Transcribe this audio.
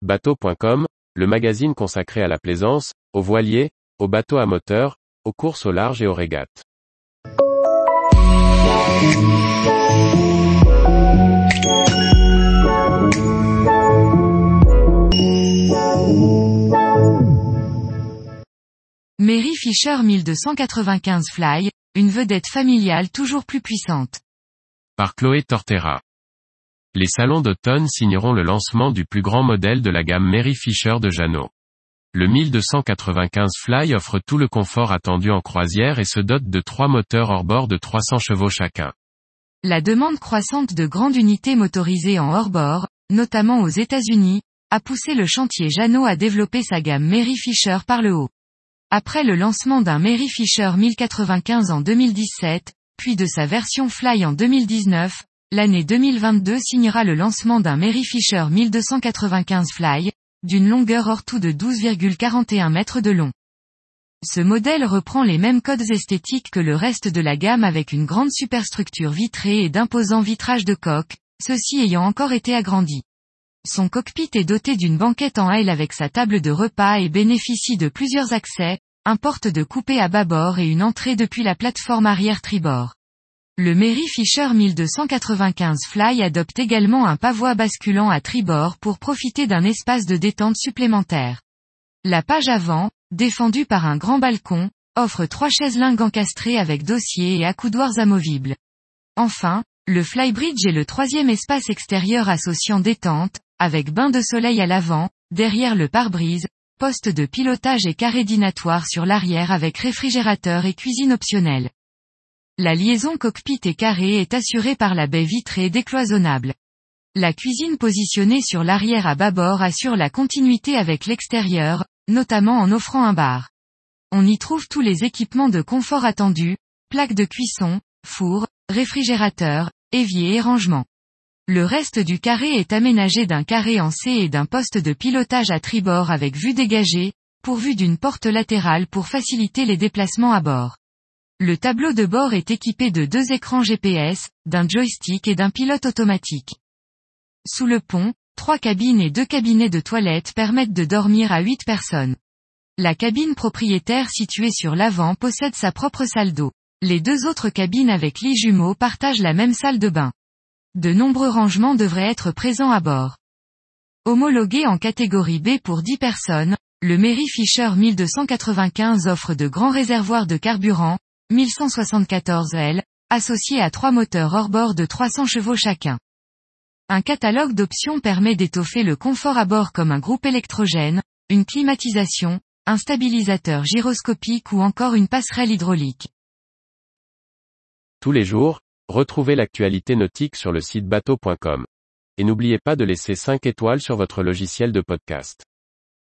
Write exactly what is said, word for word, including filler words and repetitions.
bateau point com, le magazine consacré à la plaisance, aux voiliers, aux bateaux à moteur, aux courses au large et aux régates. Mary Fisher mille deux cent quatre-vingt-quinze Fly, une vedette familiale toujours plus puissante. Par Chloé Tortera. Les salons d'automne signeront le lancement du plus grand modèle de la gamme Mary Fisher de Jeanneau. Le mille deux cent quatre-vingt-quinze Fly offre tout le confort attendu en croisière et se dote de trois moteurs hors-bord de trois cents chevaux chacun. La demande croissante de grandes unités motorisées en hors-bord, notamment aux États-Unis, a poussé le chantier Jeanneau à développer sa gamme Mary Fisher par le haut. Après le lancement d'un Mary Fisher mille quatre-vingt-quinze en deux mille dix-sept, puis de sa version Fly en deux mille dix-neuf, l'année deux mille vingt-deux signera le lancement d'un Mary Fisher mille deux cent quatre-vingt-quinze Fly, d'une longueur hors tout de douze virgule quarante et un mètres de long. Ce modèle reprend les mêmes codes esthétiques que le reste de la gamme avec une grande superstructure vitrée et d'imposants vitrages de coque, ceux-ci ayant encore été agrandis. Son cockpit est doté d'une banquette en aile avec sa table de repas et bénéficie de plusieurs accès, un porte de coupé à bâbord et une entrée depuis la plateforme arrière tribord. Le Mary Fisher mille deux cent quatre-vingt-quinze Fly adopte également un pavois basculant à tribord pour profiter d'un espace de détente supplémentaire. La page avant, défendue par un grand balcon, offre trois chaises-lingues encastrées avec dossier et accoudoirs amovibles. Enfin, le Flybridge est le troisième espace extérieur associant détente, avec bain de soleil à l'avant, derrière le pare-brise, poste de pilotage et carré dînatoire sur l'arrière avec réfrigérateur et cuisine optionnelle. La liaison cockpit et carré est assurée par la baie vitrée décloisonnable. La cuisine positionnée sur l'arrière à bâbord assure la continuité avec l'extérieur, notamment en offrant un bar. On y trouve tous les équipements de confort attendus, plaques de cuisson, four, réfrigérateur, évier et rangement. Le reste du carré est aménagé d'un carré en C et d'un poste de pilotage à tribord avec vue dégagée, pourvu d'une porte latérale pour faciliter les déplacements à bord. Le tableau de bord est équipé de deux écrans G P S, d'un joystick et d'un pilote automatique. Sous le pont, trois cabines et deux cabinets de toilettes permettent de dormir à huit personnes. La cabine propriétaire située sur l'avant possède sa propre salle d'eau. Les deux autres cabines avec lits jumeaux partagent la même salle de bain. De nombreux rangements devraient être présents à bord. Homologué en catégorie B pour dix personnes, le Mary Fisher mille deux cent quatre-vingt-quinze offre de grands réservoirs de carburant, mille cent soixante-quatorze litres, associés à trois moteurs hors-bord de trois cents chevaux chacun. Un catalogue d'options permet d'étoffer le confort à bord comme un groupe électrogène, une climatisation, un stabilisateur gyroscopique ou encore une passerelle hydraulique. Tous les jours, retrouvez l'actualité nautique sur le site bateau point com. Et n'oubliez pas de laisser cinq étoiles sur votre logiciel de podcast.